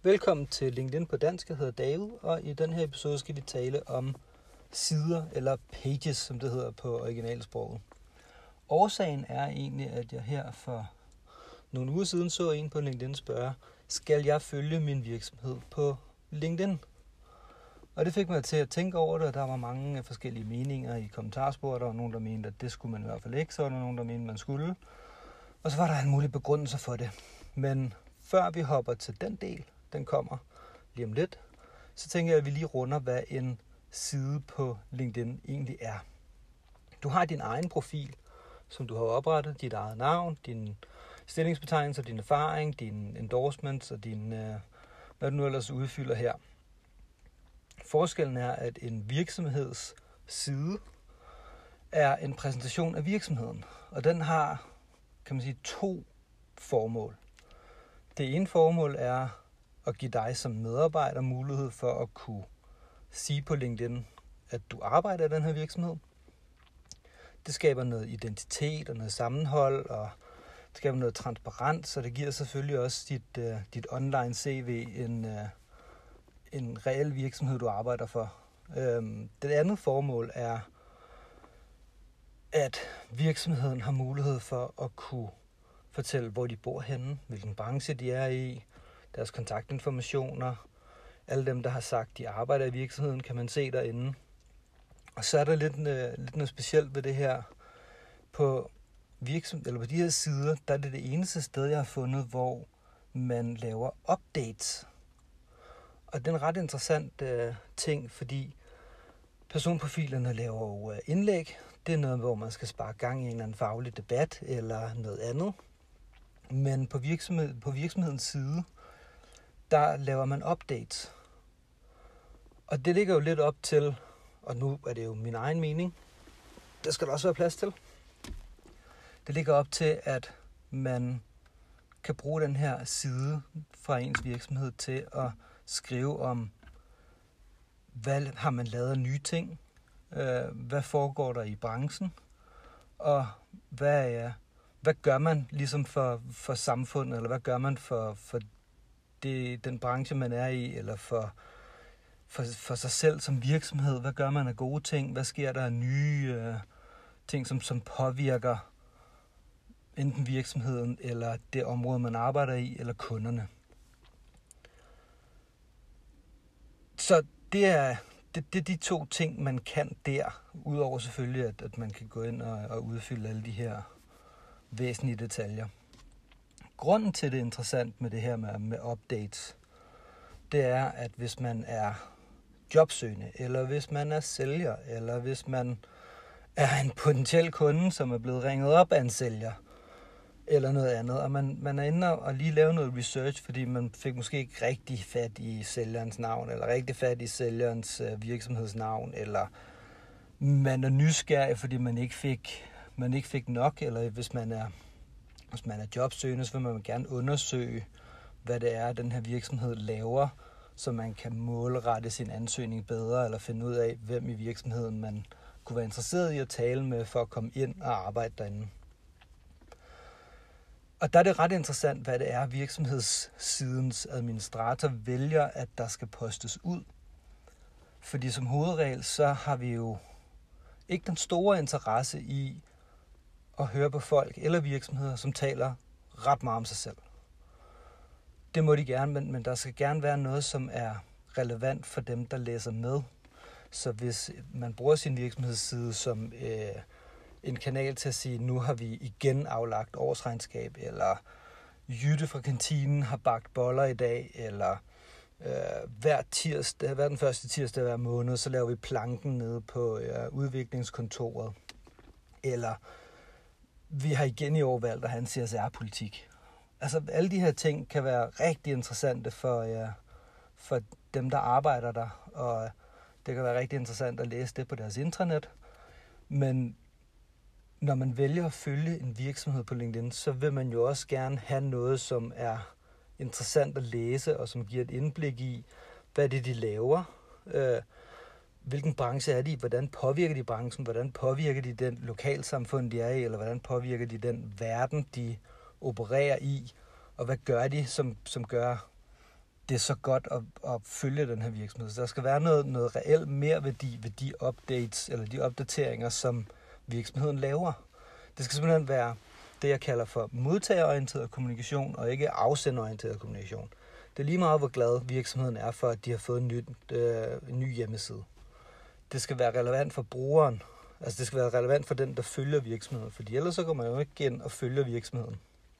Velkommen til LinkedIn på dansk. Jeg hedder David, og i den her episode skal vi tale om sider, eller pages, som det hedder på originalsproget. Årsagen er egentlig, at jeg her for nogle uger siden så en på LinkedIn spørge, skal jeg følge min virksomhed på LinkedIn? Og det fik mig til at tænke over det, og der var mange forskellige meninger i kommentarsporet. Der var nogen, der mente, at det skulle man i hvert fald ikke, så var der nogen, der mente, at man skulle. Og så var der en mulig begrundelse for det. Men før vi hopper til den del, den kommer lige om lidt, så tænker jeg, at vi lige runder, hvad en side på LinkedIn egentlig er. Du har din egen profil, som du har oprettet, dit eget navn, din stillingsbetegnelse, din erfaring, dine endorsements og hvad du nu ellers udfylder her. Forskellen er, at en virksomhedsside er en præsentation af virksomheden, og den har, kan man sige, to formål. Det ene formål er at give dig som medarbejder mulighed for at kunne sige på LinkedIn, at du arbejder i den her virksomhed. Det skaber noget identitet og noget sammenhold, og det skaber noget transparens, og det giver selvfølgelig også dit online CV en reel virksomhed, du arbejder for. Det andet formål er, at virksomheden har mulighed for at kunne fortælle, hvor de bor henne, hvilken branche de er i, deres kontaktinformationer. Alle dem, der har sagt, de arbejder i virksomheden, kan man se derinde. Og så er der lidt noget specielt ved det her. På de her sider, der er det eneste sted, jeg har fundet, hvor man laver updates. Og det er en ret interessant ting, fordi personprofilerne laver jo indlæg. Det er noget, hvor man skal spare gang i en eller anden faglig debat eller noget andet. Men på virksomhedens side, der laver man updates. Og det ligger jo lidt op til, og nu er det jo min egen mening, der skal der også være plads til. Det ligger op til, at man kan bruge den her side fra ens virksomhed til at skrive om, hvad har man lavet af nye ting, hvad foregår der i branchen, og hvad gør man ligesom for samfundet, eller hvad gør man for den branche, man er i, eller for sig selv som virksomhed, hvad gør man af gode ting, hvad sker der af nye ting, som påvirker enten virksomheden, eller det område, man arbejder i, eller kunderne. Så det er de to ting, man kan der, udover selvfølgelig, at man kan gå ind og udfylde alle de her væsentlige detaljer. Grunden til det er interessant med det her med updates, det er, at hvis man er jobsøgende, eller hvis man er sælger, eller hvis man er en potentiel kunde, som er blevet ringet op af en sælger, eller noget andet, og man er inde og lige lave noget research, fordi man fik måske ikke rigtig fat i sælgerens navn, eller rigtig fat i sælgerens virksomhedsnavn, eller man er nysgerrig, fordi man ikke fik nok, eller hvis man er jobsøgende, så vil man gerne undersøge, hvad det er, den her virksomhed laver, så man kan målrette sin ansøgning bedre, eller finde ud af, hvem i virksomheden man kunne være interesseret i at tale med, for at komme ind og arbejde derinde. Og der er det ret interessant, hvad det er, virksomhedssidens administrator vælger, at der skal postes ud. Fordi som hovedregel, så har vi jo ikke den store interesse i at høre på folk eller virksomheder, som taler ret meget om sig selv. Det må de gerne, men der skal gerne være noget, som er relevant for dem, der læser med. Så hvis man bruger sin virksomhedsside som en kanal til at sige, nu har vi igen aflagt årsregnskab, eller Jytte fra kantinen har bagt boller i dag, eller hver den første tirsdag hver måned, så laver vi planken nede på udviklingskontoret. Eller vi har igen i år valgt at have en CSR-politik. Altså alle de her ting kan være rigtig interessante for dem, der arbejder der, og det kan være rigtig interessant at læse det på deres intranet. Men når man vælger at følge en virksomhed på LinkedIn, så vil man jo også gerne have noget, som er interessant at læse, og som giver et indblik i, hvad det er, de laver. Hvilken branche er de i? Hvordan påvirker de branchen? Hvordan påvirker de den lokalsamfund, de er i? Eller hvordan påvirker de den verden, de opererer i? Og hvad gør de, som gør, det er så godt at følge den her virksomhed. Så der skal være noget reelt mere værdi ved de updates, eller de opdateringer, som virksomheden laver. Det skal simpelthen være det, jeg kalder for modtagerorienteret kommunikation, og ikke afsenderorienteret kommunikation. Det er lige meget, hvor glad virksomheden er for, at de har fået en ny hjemmeside. Det skal være relevant for brugeren. Altså det skal være relevant for den, der følger virksomheden. Fordi ellers så går man jo ikke ind og følger virksomheden.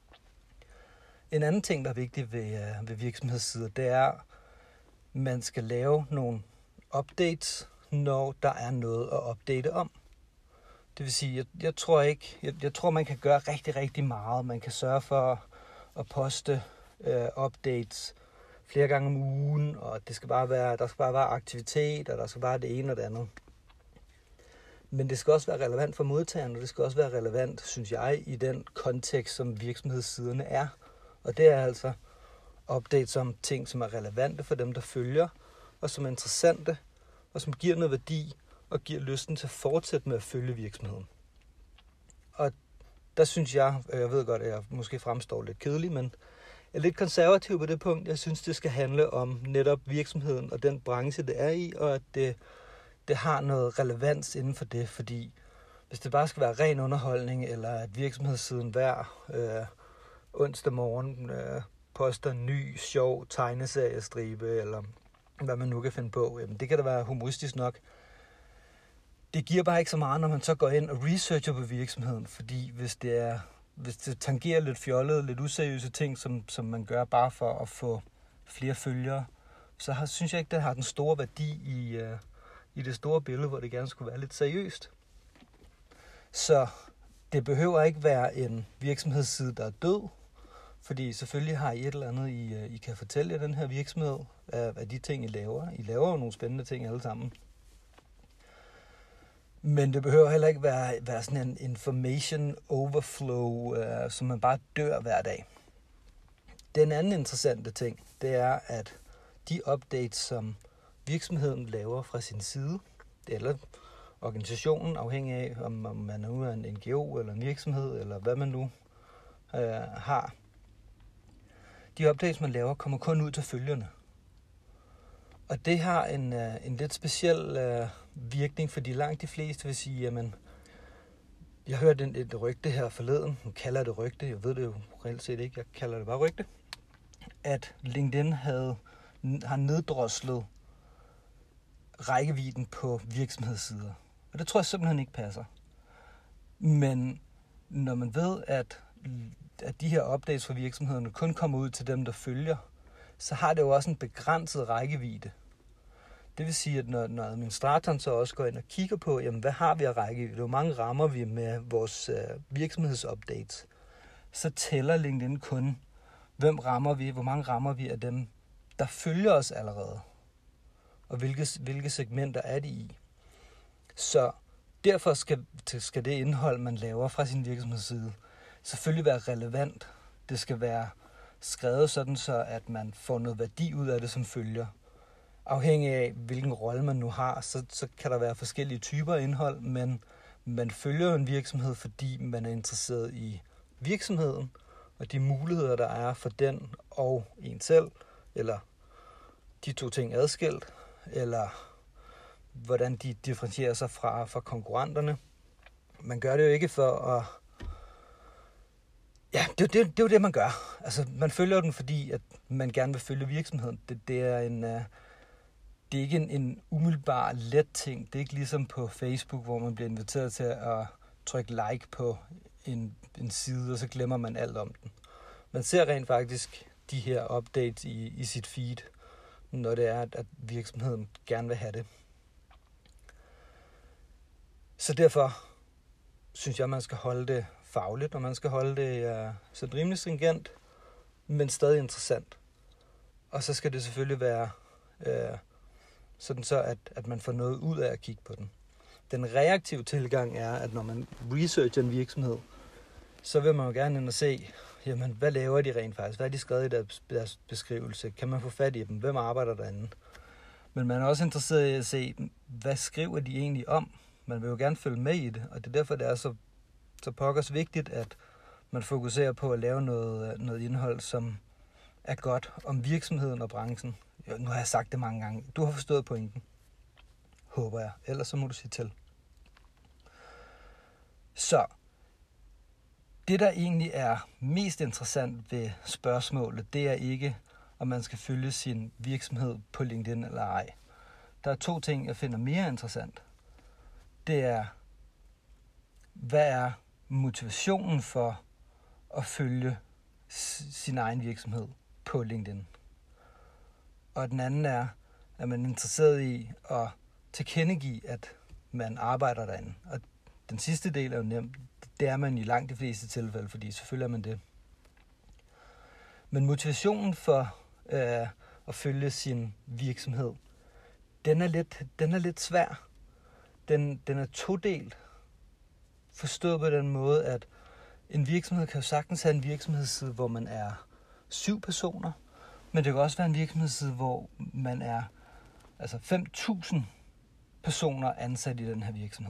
En anden ting, der er vigtig ved virksomhedssider, det er, at man skal lave nogle updates, når der er noget at update om. Det vil sige, jeg tror, man kan gøre rigtig, rigtig meget. Man kan sørge for at poste updates flere gange om ugen, og der skal bare være aktivitet, og der skal bare det ene og det andet. Men det skal også være relevant for modtageren, og det skal også være relevant, synes jeg, i den kontekst, som virksomhedssiderne er. Og det er altså updates om ting, som er relevante for dem, der følger, og som er interessante, og som giver noget værdi, og giver lysten til at fortsætte med at følge virksomheden. Og der synes jeg ved godt, at jeg måske fremstår lidt kedelig, men jeg er lidt konservativ på det punkt. Jeg synes, det skal handle om netop virksomheden og den branche, det er i, og at det har noget relevans inden for det, fordi hvis det bare skal være ren underholdning, eller at virksomhedssiden hver onsdag morgen poster en ny, sjov tegneseriestribe, eller hvad man nu kan finde på, jamen det kan da være humoristisk nok. Det giver bare ikke så meget, når man så går ind og researcher på virksomheden, fordi hvis det tangerer lidt fjollede, lidt useriøse ting, som man gør bare for at få flere følgere, så synes jeg ikke, det har den store værdi i det store billede, hvor det gerne skulle være lidt seriøst. Så det behøver ikke være en virksomhedsside, der er død, fordi selvfølgelig har I et eller andet, I kan fortælle i den her virksomhed, af de ting, I laver. I laver jo nogle spændende ting alle sammen. Men det behøver heller ikke være sådan en information overflow, som man bare dør hver dag. Den anden interessante ting, det er, at de updates, som virksomheden laver fra sin side, eller organisationen, afhængig af, om man nu er en NGO eller en virksomhed, eller hvad man nu har. De updates, man laver, kommer kun ud til følgerne. Og det har en lidt speciel virkning, fordi langt de fleste vil sige, jamen, jeg hørte et rygte her forleden, nu kalder det rygte, jeg ved det jo reelt set ikke, jeg kalder det bare rygte, at LinkedIn har neddroslet rækkevidden på virksomhedssider. Og det tror jeg simpelthen ikke passer. Men når man ved, at de her updates fra virksomhederne kun kommer ud til dem, der følger, så har det jo også en begrænset rækkevidde. Det vil sige, at når administratoren så også går ind og kigger på, jamen, hvad har vi af rækkevidde, hvor mange rammer vi med vores virksomhedsupdates, så tæller LinkedIn kun, hvor mange rammer vi af dem, der følger os allerede, og hvilke segmenter er de i. Så derfor skal det indhold, man laver fra sin virksomhedsside, selvfølgelig være relevant. Det skal være skrevet sådan, så at man får noget værdi ud af det som følger. Afhængig af, hvilken rolle man nu har, så kan der være forskellige typer indhold, men man følger en virksomhed, fordi man er interesseret i virksomheden, og de muligheder, der er for den og en selv, eller de to ting adskilt, eller hvordan de differentierer sig fra konkurrenterne. Man gør det jo ikke for at... Ja, det er jo det, man gør. Altså, man følger den, fordi at man gerne vil følge virksomheden. Det er ikke en umiddelbar let ting. Det er ikke ligesom på Facebook, hvor man bliver inviteret til at trykke like på en side, og så glemmer man alt om den. Man ser rent faktisk de her updates i sit feed, når det er, at virksomheden gerne vil have det. Så derfor synes jeg, man skal holde det fagligt, og man skal holde det så rimelig stringent, men stadig interessant. Og så skal det selvfølgelig være sådan så, at man får noget ud af at kigge på den. Den reaktive tilgang er, at når man researcher en virksomhed, så vil man jo gerne ind og se, jamen, hvad laver de rent faktisk? Hvad er de skrevet i deres beskrivelse? Kan man få fat i dem? Hvem arbejder derinde? Men man er også interesseret i at se, hvad skriver de egentlig om? Man vil jo gerne følge med i det, og det er derfor, det er så pokkers vigtigt, at man fokuserer på at lave noget indhold, som er godt om virksomheden og branchen. Jo, nu har jeg sagt det mange gange. Du har forstået pointen. Håber jeg. Ellers så må du sige til. Så det, der egentlig er mest interessant ved spørgsmålet, det er ikke, om man skal følge sin virksomhed på LinkedIn eller ej. Der er 2 ting, jeg finder mere interessant. Det er, hvad er motivationen for at følge sin egen virksomhed på LinkedIn? Og den anden er man interesseret i at tilkendegive, at man arbejder derinde. Og den sidste del er jo nemt. Det er man i langt de fleste tilfælde, fordi selvfølgelig er man det. Men motivationen for at følge sin virksomhed, den er lidt svær. Den er todelt. Forstået på den måde, at en virksomhed kan jo sagtens have en virksomhedsside, hvor man er 7 personer, men det kan også være en virksomhedsside, hvor man er 5.000 personer ansat i den her virksomhed.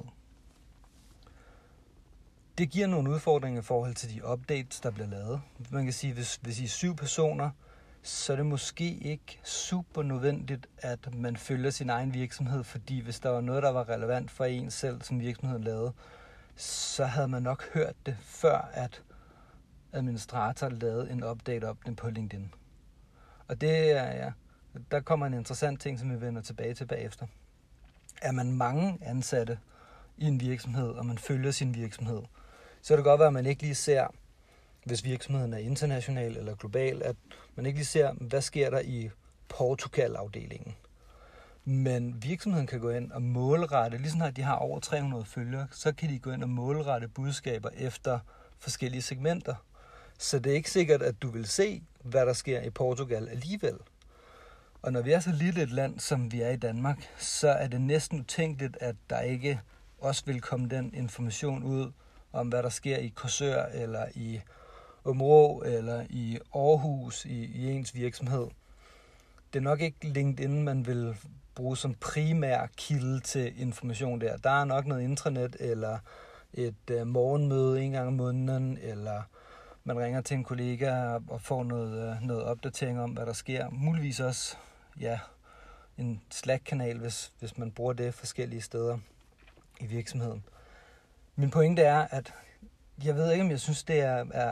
Det giver nogle udfordringer i forhold til de updates, der bliver lavet. Man kan sige, hvis I er 7 personer, så er det måske ikke super nødvendigt, at man følger sin egen virksomhed, fordi hvis der var noget, der var relevant for en selv, som virksomheden lavede, så havde man nok hørt det, før at administrator lavede en update op den på LinkedIn. Og det er, der kommer en interessant ting, som vi vender tilbage til bagefter. Er man mange ansatte i en virksomhed, og man følger sin virksomhed, så kan det godt være, at man ikke lige ser, hvis virksomheden er international eller global, at man ikke lige ser, hvad sker der i Portugal-afdelingen. Men virksomheden kan gå ind og målrette, lige sådan at de har over 300 følgere, så kan de gå ind og målrette budskaber efter forskellige segmenter. Så det er ikke sikkert, at du vil se, hvad der sker i Portugal alligevel. Og når vi er så lille et land, som vi er i Danmark, så er det næsten utænkeligt, at der ikke også vil komme den information ud om, hvad der sker i Korsør, eller i Områ, eller i Aarhus, i ens virksomhed. Det er nok ikke LinkedIn, man vil bruge som primær kilde til information der. Der er nok noget intranet, eller et morgenmøde en gang om måneden, eller man ringer til en kollega og får noget opdatering om, hvad der sker. Muligvis også en Slack-kanal, hvis man bruger det forskellige steder i virksomheden. Min pointe er, at jeg ved ikke, om jeg synes, det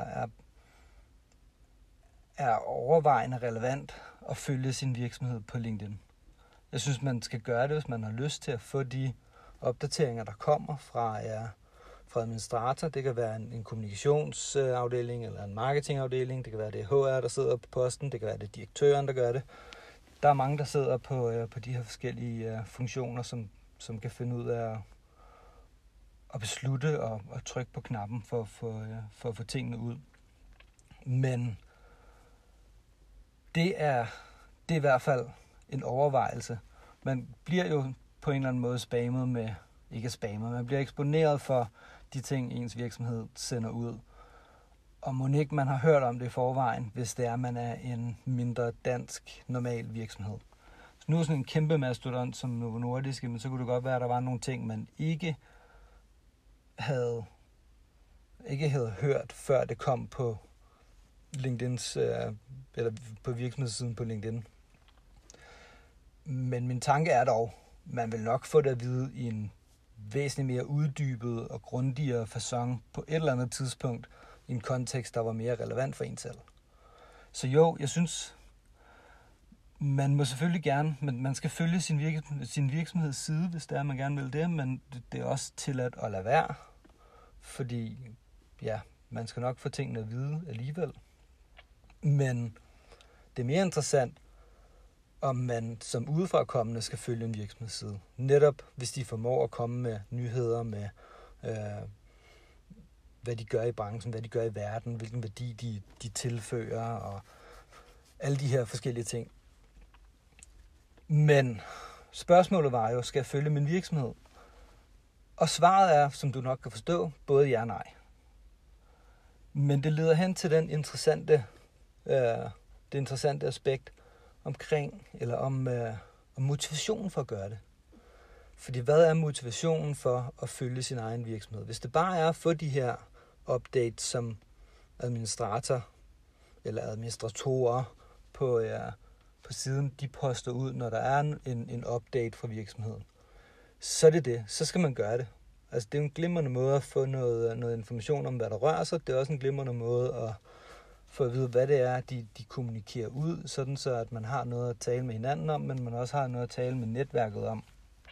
er overvejende relevant at følge sin virksomhed på LinkedIn. Jeg synes, man skal gøre det, hvis man har lyst til at få de opdateringer, der kommer fra administrator. Det kan være en kommunikationsafdeling eller en marketingafdeling. Det kan være det HR, der sidder på posten. Det kan være det direktøren, der gør det. Der er mange, der sidder på de her forskellige funktioner, som kan finde ud af at beslutte og trykke på knappen for at få tingene ud. Men det er i hvert fald en overvejelse. Man bliver jo på en eller anden måde spammet med, ikke spammet, man bliver eksponeret for de ting, ens virksomhed sender ud. Og mon ikke man har hørt om det i forvejen, hvis det er, man er en mindre dansk, normal virksomhed. Så nu er sådan en kæmpe mastodont som Novo Nordisk, men så kunne det godt være, at der var nogle ting, man ikke havde hørt, før det kom på LinkedIns, eller på virksomhedssiden på LinkedIn. Men min tanke er dog, man vil nok få det at vide i en væsentligt mere uddybet og grundigere facon på et eller andet tidspunkt i en kontekst, der var mere relevant for en selv. Så jo, jeg synes, man må selvfølgelig gerne, men man skal følge sin virksomheds side, hvis det er, man gerne vil det, men det er også tilladt at lade være, fordi man skal nok få tingene at vide alligevel. Men det er mere interessant, om man som udefrakommende skal følge en virksomhedsside. Netop hvis de formår at komme med nyheder, med hvad de gør i branchen, hvad de gør i verden, hvilken værdi de tilfører, og alle de her forskellige ting. Men spørgsmålet var jo, skal jeg følge min virksomhed? Og svaret er, som du nok kan forstå, både ja og nej. Men det leder hen til det interessante aspekt omkring, eller om motivationen for at gøre det. Fordi hvad er motivationen for at følge sin egen virksomhed? Hvis det bare er at få de her updates, som administrator eller administratorer på siden, de poster ud, når der er en update fra virksomheden. Så er det. Så skal man gøre det. Altså, det er en glimrende måde at få noget information om, hvad der rører sig. Det er også en glimrende måde at få at vide, hvad det er, de kommunikerer ud, sådan så at man har noget at tale med hinanden om, men man også har noget at tale med netværket om.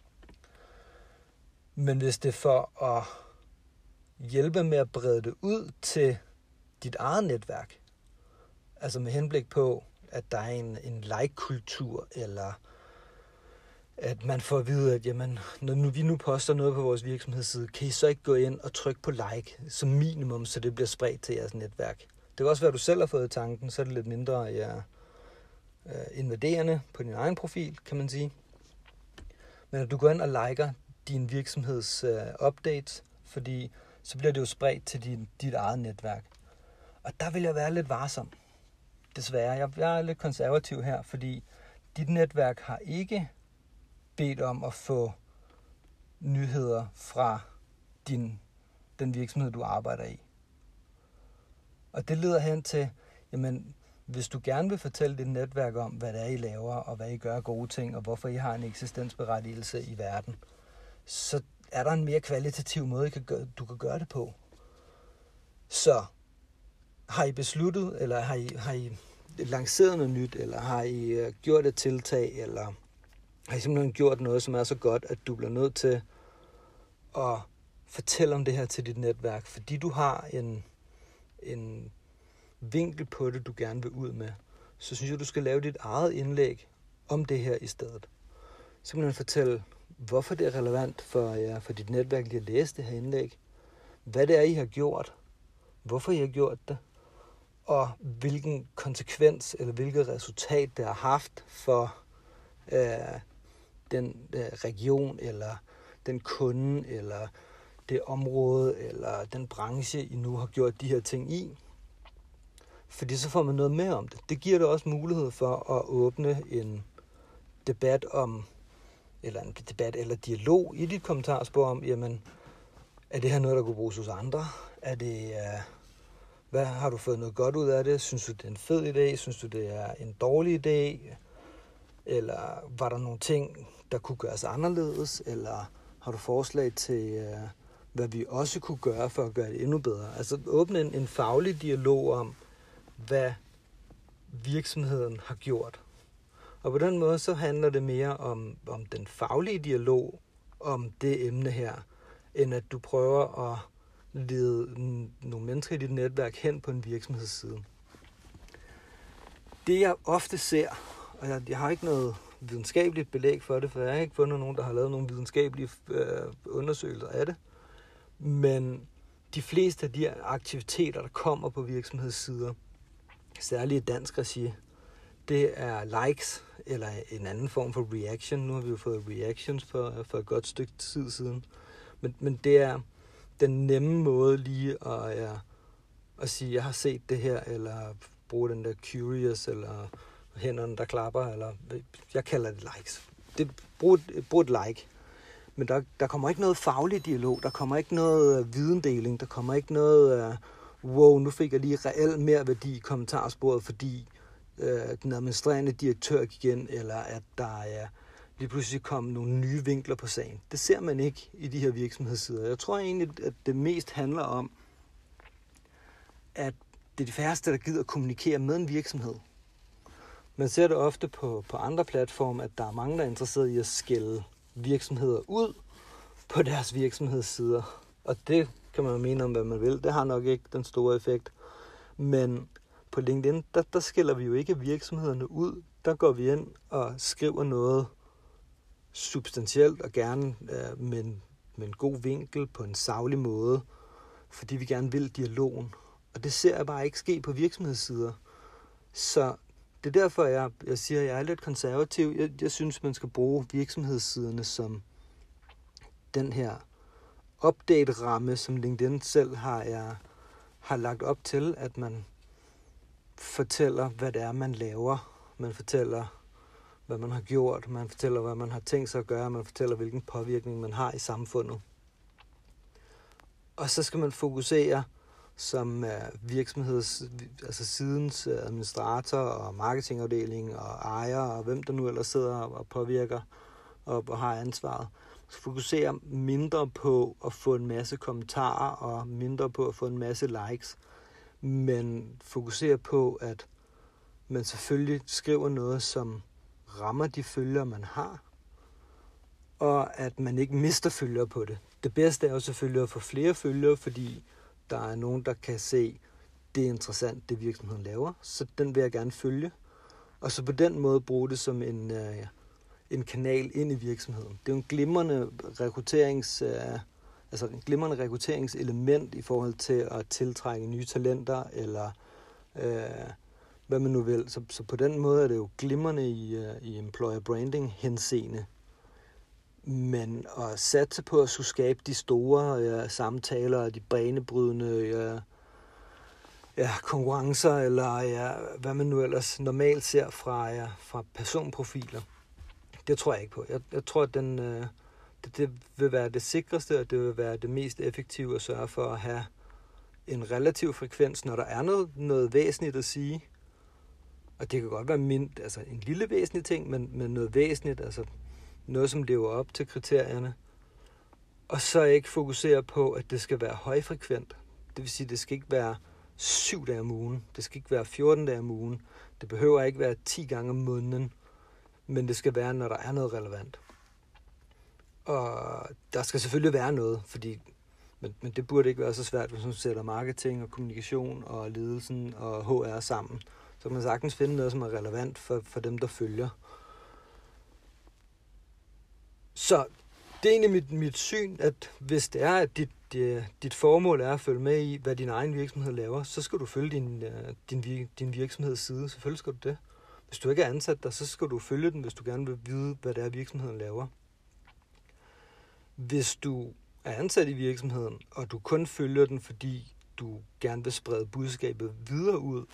Men hvis det er for at hjælpe med at brede det ud til dit eget netværk, altså med henblik på, at der er en like-kultur, eller at man får at vide, at jamen, når vi nu poster noget på vores virksomhedsside, kan I så ikke gå ind og trykke på like som minimum, så det bliver spredt til jeres netværk. Det kan også være, at du selv har fået tanken, så er det lidt mindre invaderende på din egen profil, kan man sige. Men at du går ind og liker din virksomheds updates, fordi så bliver det jo spredt til dit eget netværk. Og der vil jeg være lidt varsom. Desværre. Jeg er lidt konservativ her, fordi dit netværk har ikke bedt om at få nyheder fra den virksomhed, du arbejder i. Og det leder hen til, jamen, hvis du gerne vil fortælle dit netværk om, hvad det er, I laver, og hvad I gør gode ting, og hvorfor I har en eksistensberettigelse i verden, så er der en mere kvalitativ måde, du kan gøre det på. Så har I besluttet, eller har I lanceret noget nyt, eller har I gjort et tiltag, eller har I simpelthen gjort noget, som er så godt, at du bliver nødt til at fortælle om det her til dit netværk, fordi du har en vinkel på det, du gerne vil ud med, så synes jeg, du skal lave dit eget indlæg om det her i stedet. Simpelthen fortælle, hvorfor det er relevant for dit netværk lige at læse det her indlæg, hvad det er, I har gjort, hvorfor I har gjort det, og hvilken konsekvens eller hvilket resultat det har haft for den region, eller den kunde, eller det område, eller den branche, I nu har gjort de her ting i. Fordi så får man noget med om det. Det giver dig også mulighed for at åbne en debat eller dialog i dit kommentarspor om, jamen, er det her noget, der kunne bruges hos andre? Er det, hvad har du fået noget godt ud af det? Synes du, det er en fed idé? Synes du, det er en dårlig idé? Eller var der nogle ting, der kunne gøres anderledes? Eller har du forslag til, hvad vi også kunne gøre for at gøre det endnu bedre? Altså åbne en faglig dialog om, hvad virksomheden har gjort. Og på den måde så handler det mere om den faglige dialog om det emne her, end at du prøver at lede nogle mennesker i dit netværk hen på en virksomhedsside. Det jeg ofte ser, og jeg har ikke noget videnskabeligt belæg for det, for jeg har ikke fundet nogen, der har lavet nogle videnskabelige undersøgelser af det, men de fleste af de aktiviteter, der kommer på virksomhedssider, særligt i dansk regi, det er likes eller en anden form for reaction. Nu har vi jo fået reactions for et godt stykke tid siden. Men det er den nemme måde lige at sige, jeg har set det her, eller bruge den der curious, eller hænderne, der klapper, eller jeg kalder det likes. Brug et like. Men der kommer ikke noget faglig dialog, der kommer ikke noget videndeling, der kommer ikke noget, wow, nu fik jeg lige reelt mere værdi i kommentarsporet, fordi den administrerende direktør gik ind, eller at der er lige pludselig kom nogle nye vinkler på sagen. Det ser man ikke i de her virksomhedssider. Jeg tror egentlig, at det mest handler om, at det er de færreste, der gider at kommunikere med en virksomhed. Man ser det ofte på andre platforme, at der er mange, der er interesseret i at skælde virksomheder ud på deres virksomhedssider. Og det kan man mene om, hvad man vil. Det har nok ikke den store effekt. Men på LinkedIn, der skiller vi jo ikke virksomhederne ud. Der går vi ind og skriver noget substantielt og gerne med en god vinkel på en saglig måde, fordi vi gerne vil dialogen. Og det ser jeg bare ikke ske på virksomhedssider. Så det er derfor, jeg siger, at jeg er lidt konservativ. Jeg synes, man skal bruge virksomhedssiderne som den her update-ramme, som LinkedIn selv har lagt op til, at man fortæller, hvad det er, man laver. Man fortæller, hvad man har gjort. Man fortæller, hvad man har tænkt sig at gøre. Man fortæller, hvilken påvirkning man har i samfundet. Og så skal man fokusere som altså sidens administrator og marketingafdeling og ejer og hvem der nu ellers sidder og påvirker og har ansvaret. Fokusere mindre på at få en masse kommentarer og mindre på at få en masse likes, men fokusere på, at man selvfølgelig skriver noget, som rammer de følgere, man har, og at man ikke mister følgere på det. Det bedste er jo selvfølgelig at få flere følgere, fordi der er nogen, der kan se, det er interessant, det virksomheden laver, så den vil jeg gerne følge. Og så på den måde bruge det som en kanal ind i virksomheden. Det er jo en glimrende rekrutteringselement i forhold til at tiltrække nye talenter, eller hvad man nu vil. Så på den måde er det jo glimrende i employer branding henseende. Men at satse på at skulle skabe de store samtaler og de banebrydende konkurrencer, eller hvad man nu ellers normalt ser fra personprofiler, det tror jeg ikke på. Jeg tror, at det vil være det sikreste, og det vil være det mest effektive at sørge for at have en relativ frekvens, når der er noget væsentligt at sige. Og det kan godt være en lille væsentlig ting, men noget væsentligt, altså noget, som lever op til kriterierne. Og så ikke fokusere på, at det skal være højfrekvent. Det vil sige, at det skal ikke være 7 dage om ugen. Det skal ikke være 14 dage om ugen. Det behøver ikke være 10 gange om måneden. Men det skal være, når der er noget relevant. Og der skal selvfølgelig være noget, men det burde ikke være så svært, hvis man sætter marketing og kommunikation og ledelsen og HR sammen. Så kan man sagtens finde noget, som er relevant for dem, der følger. Så det er egentlig mit syn, at hvis det er, at dit formål er at følge med i, hvad din egen virksomhed laver, så skal du følge din virksomheds side. Selvfølgelig skal du det. Hvis du ikke er ansat der, så skal du følge den, hvis du gerne vil vide, hvad det er, virksomheden laver. Hvis du er ansat i virksomheden, og du kun følger den, fordi du gerne vil sprede budskabet videre ud,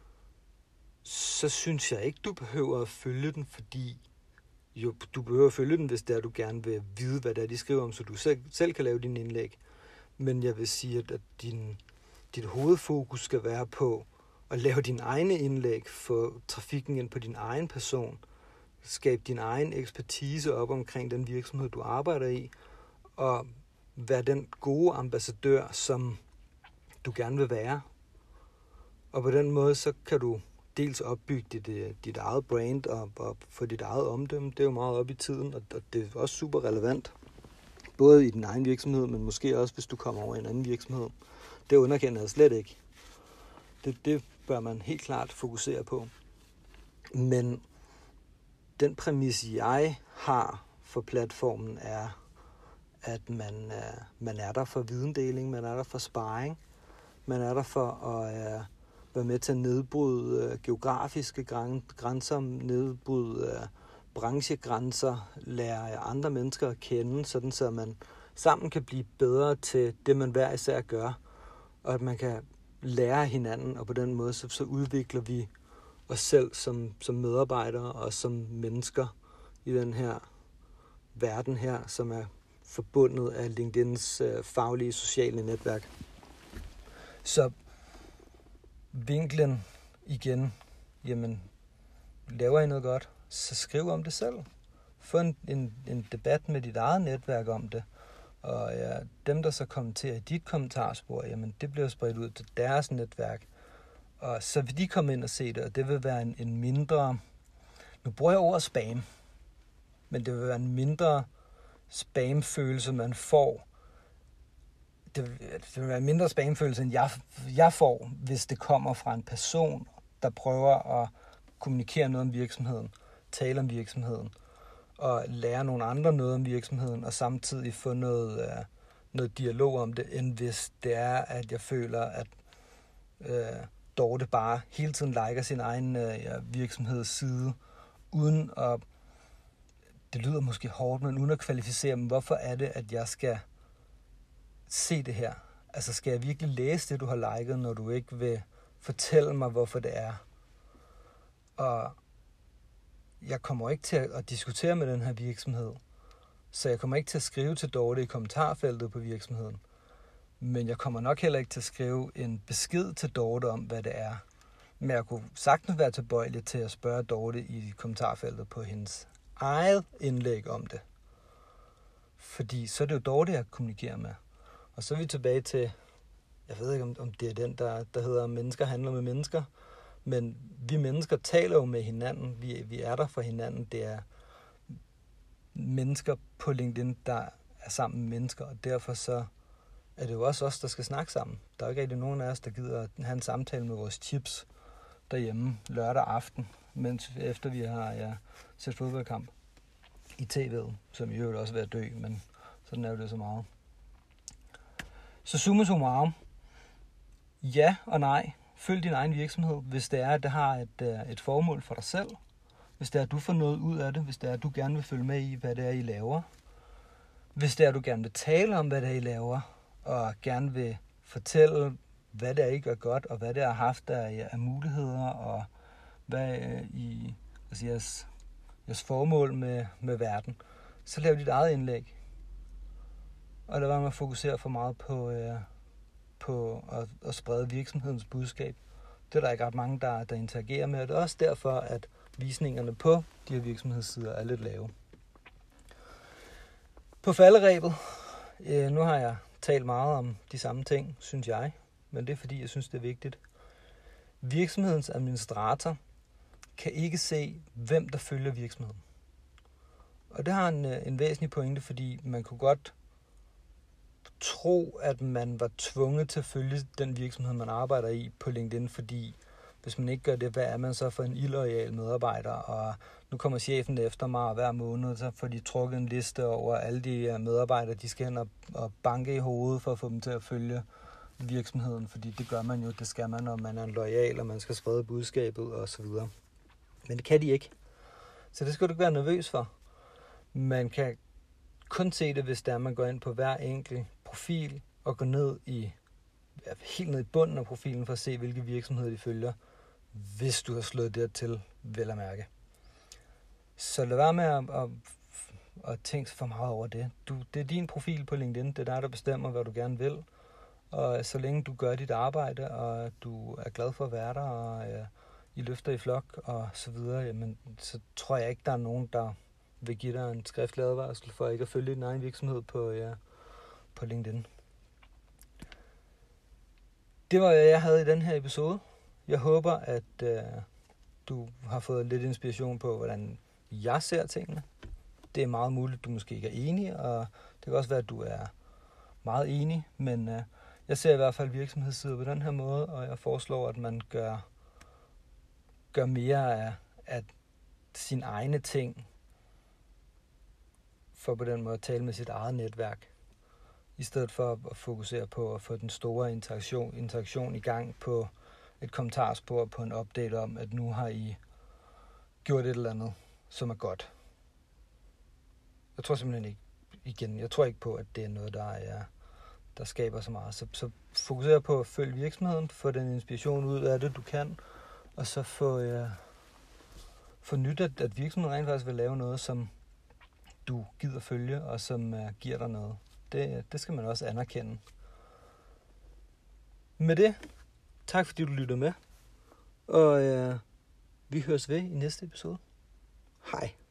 så synes jeg ikke, du behøver at følge den, fordi du behøver at følge den, hvis det er, du gerne vil vide, hvad det er, de skriver om, så du selv kan lave dine indlæg. Men jeg vil sige, at dit hovedfokus skal være på at lave dine egne indlæg, få trafikken ind på din egen person, skabe din egen ekspertise op omkring den virksomhed, du arbejder i, og være den gode ambassadør, som du gerne vil være. Og på den måde, så kan du dels opbygge dit eget brand og få dit eget omdømme. Det er jo meget op i tiden, og det er også super relevant. Både i din egen virksomhed, men måske også, hvis du kommer over i en anden virksomhed. Det underkender jeg slet ikke. Det bør man helt klart fokusere på. Men den præmis, jeg har for platformen, er, at man er der for videndeling, man er der for sparring, man er der for at være med til at nedbryde geografiske grænser, nedbryde branchegrænser, lære andre mennesker at kende, sådan så man sammen kan blive bedre til det, man hver især gør, og at man kan lære hinanden, og på den måde så udvikler vi os selv som medarbejdere og som mennesker i den her verden her, som er forbundet af LinkedIns faglige sociale netværk. Så vinklen igen, jamen, laver I noget godt, så skriv om det selv. Få en debat med dit eget netværk om det. Og dem, der så kommenterer i dit kommentarspor, jamen, det bliver spredt ud til deres netværk. Og så vil de komme ind og se det, og det vil være en mindre, nu bruger jeg ordet spam, men det vil være en mindre spamfølelse, man får. Det vil være en mindre spamfølelse, end jeg får, hvis det kommer fra en person, der prøver at kommunikere noget om virksomheden, tale om virksomheden, og lære nogle andre noget om virksomheden, og samtidig få noget dialog om det, end hvis det er, at jeg føler, at Dorte bare hele tiden liker sin egen virksomhedsside, uden at, det lyder måske hårdt, men uden at kvalificere dem, hvorfor er det, at jeg skal se det her? Altså, skal jeg virkelig læse det, du har liket, når du ikke vil fortælle mig, hvorfor det er? Og jeg kommer ikke til at diskutere med den her virksomhed, så jeg kommer ikke til at skrive til Dorte i kommentarfeltet på virksomheden. Men jeg kommer nok heller ikke til at skrive en besked til Dorte om, hvad det er. Men jeg kunne sagtens være tilbøjelig til at spørge Dorte i kommentarfeltet på hendes eget indlæg om det. Fordi så er det jo Dorte, jeg kommunikerer med. Og så er vi tilbage til, jeg ved ikke om det er den, der hedder mennesker handler med mennesker. Men vi mennesker taler jo med hinanden. Vi er der for hinanden. Det er mennesker på LinkedIn, der er sammen med mennesker. Og derfor så er det jo også os, der skal snakke sammen. Der er jo ikke rigtig nogen af os, der gider at have en samtale med vores chips derhjemme lørdag aften, mens efter vi har set fodboldkamp i tv'et, som i øvrigt også er ved at dø, men sådan er jo det så meget. Så summa summarum. Ja og nej. Følg din egen virksomhed, hvis det er, at det har et formål for dig selv. Hvis det er, at du får noget ud af det. Hvis det er, at du gerne vil følge med i, hvad det er, I laver. Hvis det er, at du gerne vil tale om, hvad det er, I laver. Og gerne vil fortælle, hvad det er, I gør godt. Og hvad det er, I har haft af muligheder. Og hvad jeres formål med verden. Så lav dit eget indlæg. Og lad være med at fokusere for meget på at sprede virksomhedens budskab. Det er der ikke ret mange, der interagerer med. Og det er også derfor, at visningerne på de her virksomhedssider er lidt lave. På falderebet, nu har jeg talt meget om de samme ting, synes jeg. Men det er fordi, jeg synes, det er vigtigt. Virksomhedens administrator kan ikke se, hvem der følger virksomheden. Og det har en væsentlig pointe, fordi man kunne godt tro, at man var tvunget til at følge den virksomhed, man arbejder i på LinkedIn, fordi hvis man ikke gør det, hvad er man så for en illoyal medarbejder? Og nu kommer chefen efter mig, og hver måned så får de trukket en liste over alle de medarbejdere, de skal hen og banke i hovedet for at få dem til at følge virksomheden, fordi det gør man jo, det skal man, når man er loyal, og man skal sprede budskabet og så videre. Men det kan de ikke. Så det skal du ikke være nervøs for. Man kan kun se det, hvis der man går ind på hver enkelt profil og går helt ned i bunden af profilen for at se, hvilke virksomheder de følger, hvis du har slået det til, vel at mærke. Så lad være med at tænke for meget over det. Det er din profil på LinkedIn, det er dig, der bestemmer, hvad du gerne vil. Og så længe du gør dit arbejde, og du er glad for at være der, og I løfter i flok og så videre, jamen, så tror jeg ikke, der er nogen, der vil give dig en skriftlig advarsel for ikke at følge din egen virksomhed på LinkedIn. Det var, hvad jeg havde i den her episode. Jeg håber, at du har fået lidt inspiration på, hvordan jeg ser tingene. Det er meget muligt, at du måske ikke er enig, og det kan også være, at du er meget enig, men jeg ser i hvert fald virksomhedssider på den her måde, og jeg foreslår, at man gør mere af sine egne ting, for på den måde at tale med sit eget netværk, i stedet for at fokusere på at få den store interaktion i gang på et kommentarspor, på en update om, at nu har I gjort et eller andet, som er godt. Jeg tror simpelthen ikke, jeg tror ikke på, at det er noget, der skaber så meget. Så fokuser på at følge virksomheden, få den inspiration ud af det, du kan, og så få nyt, at virksomheden rent faktisk vil lave noget, som du gider følge, og som giver dig noget. Det skal man også anerkende. Med det, tak fordi du lytter med, og vi høres ved i næste episode. Hej.